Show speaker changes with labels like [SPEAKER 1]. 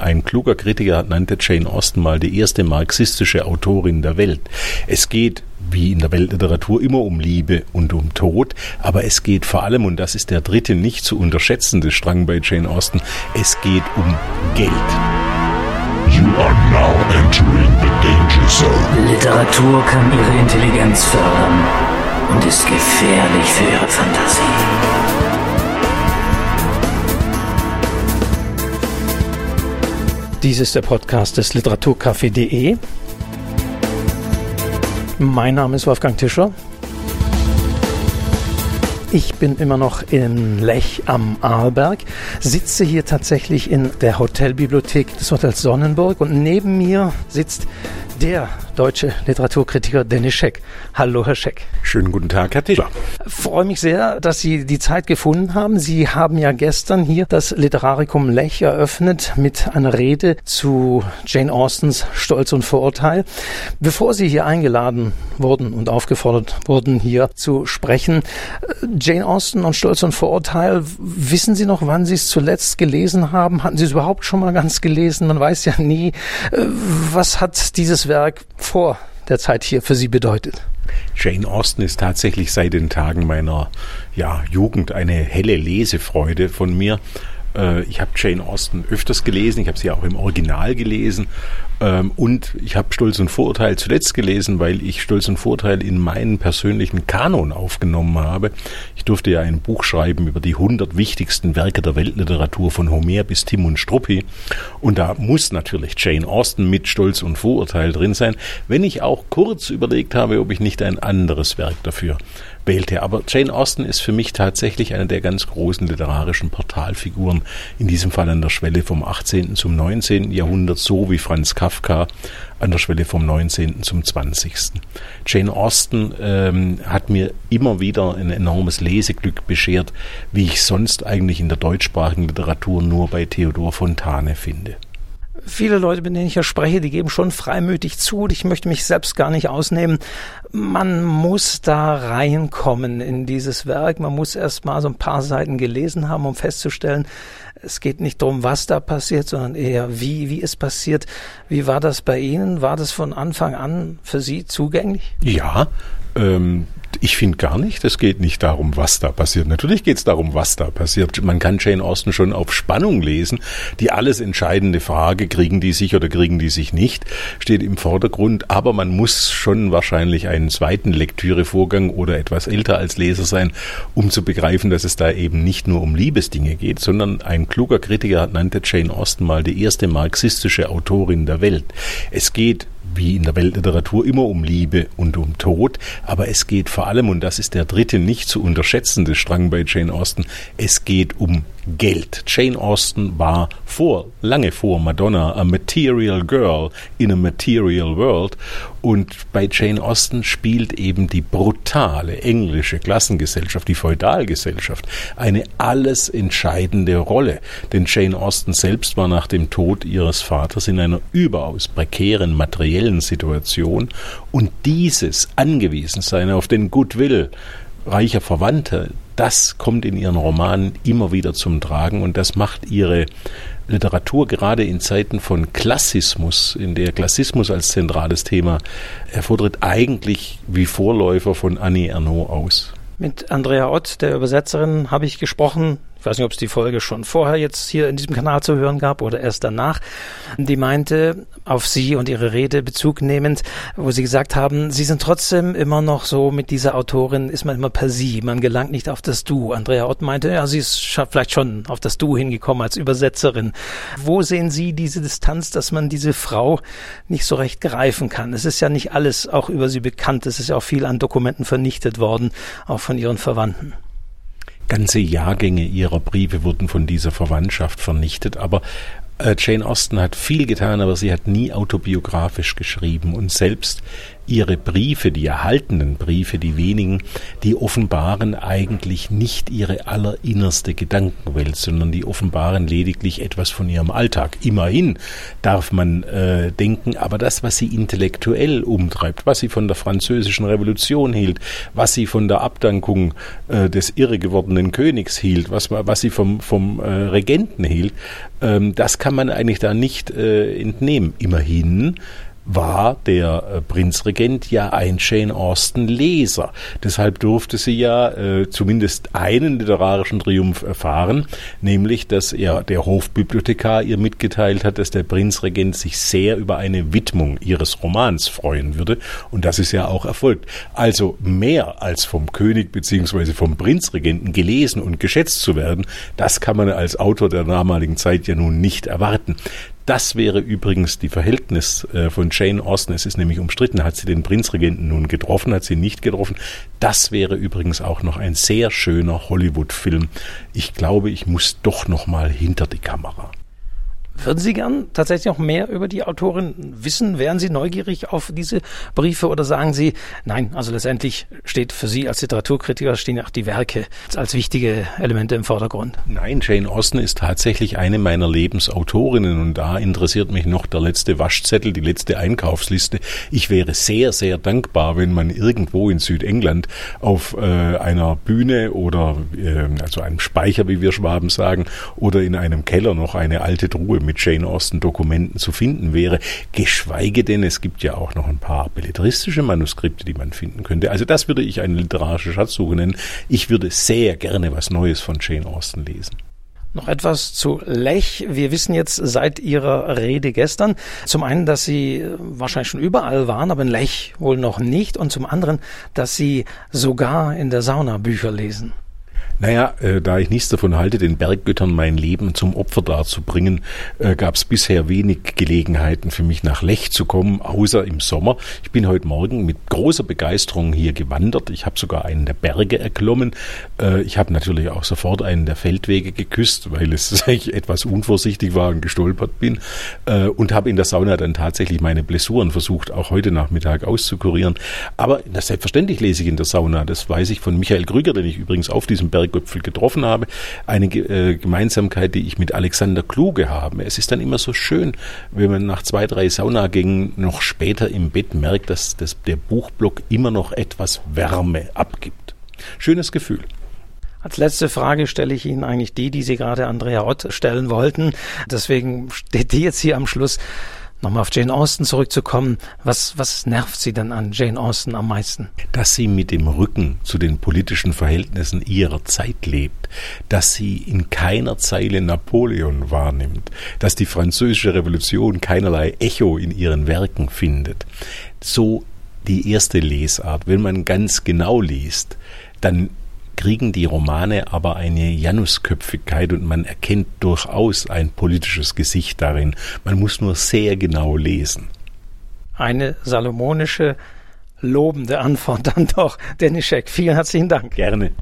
[SPEAKER 1] ein kluger Kritiker nannte Jane Austen mal die erste marxistische Autorin der Welt. Es geht wie in der Weltliteratur immer um Liebe und um Tod, aber es geht vor allem, und das ist der dritte nicht zu unterschätzende Strang bei Jane Austen, es geht um Geld.
[SPEAKER 2] You are now entering the danger zone.
[SPEAKER 3] Literatur kann ihre Intelligenz fördern und ist gefährlich für ihre Fantasie.
[SPEAKER 4] Dies ist der Podcast des Literaturcafé.de. Mein Name ist Wolfgang Tischer. Ich bin immer noch in Lech am Arlberg, sitze hier tatsächlich in der Hotelbibliothek des Hotels Sonnenburg und neben mir sitzt der deutsche Literaturkritiker Dennis Scheck. Hallo, Herr Scheck.
[SPEAKER 1] Schönen guten Tag, Herr Tischer.
[SPEAKER 4] Ich freue mich sehr, dass Sie die Zeit gefunden haben. Sie haben ja gestern hier das Literarikum Lech eröffnet mit einer Rede zu Jane Austens Stolz und Vorurteil. Bevor Sie hier eingeladen wurden und aufgefordert wurden, hier zu sprechen, Jane Austen und Stolz und Vorurteil, wissen Sie noch, wann Sie es zuletzt gelesen haben? Hatten Sie es überhaupt schon mal ganz gelesen? Man weiß ja nie. Was hat dieses Werk vor der Zeit hier für Sie bedeutet?
[SPEAKER 1] Jane Austen ist tatsächlich seit den Tagen meiner Jugend eine helle Lesefreude von mir. Ich habe Jane Austen öfters gelesen, ich habe sie auch im Original gelesen und ich habe Stolz und Vorurteil zuletzt gelesen, weil ich Stolz und Vorurteil in meinen persönlichen Kanon aufgenommen habe. Ich durfte ja ein Buch schreiben über die 100 wichtigsten Werke der Weltliteratur von Homer bis Tim und Struppi und da muss natürlich Jane Austen mit Stolz und Vorurteil drin sein, wenn ich auch kurz überlegt habe, ob ich nicht ein anderes Werk dafür wählte. Aber Jane Austen ist für mich tatsächlich eine der ganz großen literarischen Portalfiguren, in diesem Fall an der Schwelle vom 18. zum 19. Jahrhundert, so wie Franz Kafka an der Schwelle vom 19. zum 20. Jane Austen hat mir immer wieder ein enormes Leseglück beschert, wie ich sonst eigentlich in der deutschsprachigen Literatur nur bei Theodor Fontane finde.
[SPEAKER 4] Viele Leute, mit denen ich ja spreche, die geben schon freimütig zu und ich möchte mich selbst gar nicht ausnehmen. Man muss da reinkommen in dieses Werk. Man muss erst mal so ein paar Seiten gelesen haben, um festzustellen, es geht nicht darum, was da passiert, sondern eher wie es passiert. Wie war das bei Ihnen? War das von Anfang an für Sie zugänglich?
[SPEAKER 1] Ja, ich finde gar nicht, es geht nicht darum, was da passiert. Natürlich geht es darum, was da passiert. Man kann Jane Austen schon auf Spannung lesen. Die alles entscheidende Frage, kriegen die sich oder kriegen die sich nicht, steht im Vordergrund. Aber man muss schon wahrscheinlich einen zweiten Lektürevorgang oder etwas älter als Leser sein, um zu begreifen, dass es da eben nicht nur um Liebesdinge geht, sondern ein kluger Kritiker nannte Jane Austen mal die erste marxistische Autorin der Welt. Es geht wie in der Weltliteratur immer um Liebe und um Tod, aber es geht vor allem, und das ist der dritte nicht zu unterschätzende Strang bei Jane Austen, es geht um Geld. Jane Austen war lange vor Madonna a material girl in a material world und bei Jane Austen spielt eben die brutale englische Klassengesellschaft, die Feudalgesellschaft, eine alles entscheidende Rolle. Denn Jane Austen selbst war nach dem Tod ihres Vaters in einer überaus prekären materiellen Situation und dieses Angewiesensein auf den Goodwill reicher Verwandter, das kommt in ihren Romanen immer wieder zum Tragen und das macht ihre Literatur gerade in Zeiten von Klassismus, in der Klassismus als zentrales Thema hervortritt, eigentlich wie Vorläufer von Annie Ernaux aus.
[SPEAKER 4] Mit Andrea Ott, der Übersetzerin, habe ich gesprochen. Ich weiß nicht, ob es die Folge schon vorher jetzt hier in diesem Kanal zu hören gab oder erst danach. Die meinte, auf sie und ihre Rede Bezug nehmend, wo sie gesagt haben, sie sind trotzdem immer noch so, mit dieser Autorin ist man immer per sie, man gelangt nicht auf das Du. Andrea Ott meinte, ja, sie ist vielleicht schon auf das Du hingekommen als Übersetzerin. Wo sehen Sie diese Distanz, dass man diese Frau nicht so recht greifen kann? Es ist ja nicht alles auch über sie bekannt, es ist ja auch viel an Dokumenten vernichtet worden, auch von ihren Verwandten.
[SPEAKER 1] Ganze Jahrgänge ihrer Briefe wurden von dieser Verwandtschaft vernichtet, aber Jane Austen hat viel getan, aber sie hat nie autobiografisch geschrieben und selbst ihre Briefe, die erhaltenen Briefe, die wenigen, die offenbaren eigentlich nicht ihre allerinnerste Gedankenwelt, sondern die offenbaren lediglich etwas von ihrem Alltag. Immerhin darf man denken, aber das, was sie intellektuell umtreibt, was sie von der Französischen Revolution hielt, was sie von der Abdankung des irre gewordenen Königs hielt, was sie vom Regenten hielt, das kann man eigentlich da nicht entnehmen. Immerhin war der Prinzregent ja ein Jane Austen-Leser. Deshalb durfte sie ja zumindest einen literarischen Triumph erfahren, nämlich, dass der Hofbibliothekar ihr mitgeteilt hat, dass der Prinzregent sich sehr über eine Widmung ihres Romans freuen würde. Und das ist ja auch erfolgt. Also mehr als vom König bzw. vom Prinzregenten gelesen und geschätzt zu werden, das kann man als Autor der damaligen Zeit ja nun nicht erwarten. Das wäre übrigens die Verhältnis von Jane Austen. Es ist nämlich umstritten, hat sie den Prinzregenten nun getroffen, hat sie nicht getroffen. Das wäre übrigens auch noch ein sehr schöner Hollywood-Film. Ich glaube, ich muss doch noch mal hinter die Kamera.
[SPEAKER 4] Würden Sie gern tatsächlich noch mehr über die Autorin wissen? Wären Sie neugierig auf diese Briefe oder sagen Sie, nein, also letztendlich steht für Sie als Literaturkritiker, stehen auch die Werke als wichtige Elemente im Vordergrund?
[SPEAKER 1] Nein, Jane Austen ist tatsächlich eine meiner Lebensautorinnen und da interessiert mich noch der letzte Waschzettel, die letzte Einkaufsliste. Ich wäre sehr, sehr dankbar, wenn man irgendwo in Südengland auf einer Bühne oder also einem Speicher, wie wir Schwaben sagen, oder in einem Keller noch eine alte Truhe mit Jane Austen Dokumenten zu finden wäre, geschweige denn, es gibt ja auch noch ein paar belletristische Manuskripte, die man finden könnte. Also das würde ich eine literarische Schatzsuche nennen. Ich würde sehr gerne was Neues von Jane Austen lesen.
[SPEAKER 4] Noch etwas zu Lech. Wir wissen jetzt seit Ihrer Rede gestern, zum einen, dass Sie wahrscheinlich schon überall waren, aber in Lech wohl noch nicht, und zum anderen, dass Sie sogar in der Sauna Bücher lesen.
[SPEAKER 1] Naja, da ich nichts davon halte, den Berggöttern mein Leben zum Opfer darzubringen, gab es bisher wenig Gelegenheiten für mich nach Lech zu kommen, außer im Sommer. Ich bin heute Morgen mit großer Begeisterung hier gewandert. Ich habe sogar einen der Berge erklommen. Ich habe natürlich auch sofort einen der Feldwege geküsst, weil es etwas unvorsichtig war und gestolpert bin. Und habe in der Sauna dann tatsächlich meine Blessuren versucht, auch heute Nachmittag auszukurieren. Aber selbstverständlich lese ich in der Sauna. Das weiß ich von Michael Krüger, den ich übrigens auf diesem Berggipfel getroffen habe, eine Gemeinsamkeit, die ich mit Alexander Kluge habe. Es ist dann immer so schön, wenn man nach 2, 3 Saunagängen noch später im Bett merkt, dass der Buchblock immer noch etwas Wärme abgibt. Schönes Gefühl.
[SPEAKER 4] Als letzte Frage stelle ich Ihnen eigentlich die Sie gerade Andrea Ott stellen wollten. Deswegen steht die jetzt hier am Schluss. Nochmal auf Jane Austen zurückzukommen, was nervt Sie denn an Jane Austen am meisten?
[SPEAKER 1] Dass sie mit dem Rücken zu den politischen Verhältnissen ihrer Zeit lebt, dass sie in keiner Zeile Napoleon wahrnimmt, dass die Französische Revolution keinerlei Echo in ihren Werken findet. So die erste Lesart, wenn man ganz genau liest, dann kriegen die Romane aber eine Janusköpfigkeit und man erkennt durchaus ein politisches Gesicht darin. Man muss nur sehr genau lesen.
[SPEAKER 4] Eine salomonische, lobende Antwort dann doch, Deníšek. Vielen herzlichen Dank.
[SPEAKER 1] Gerne.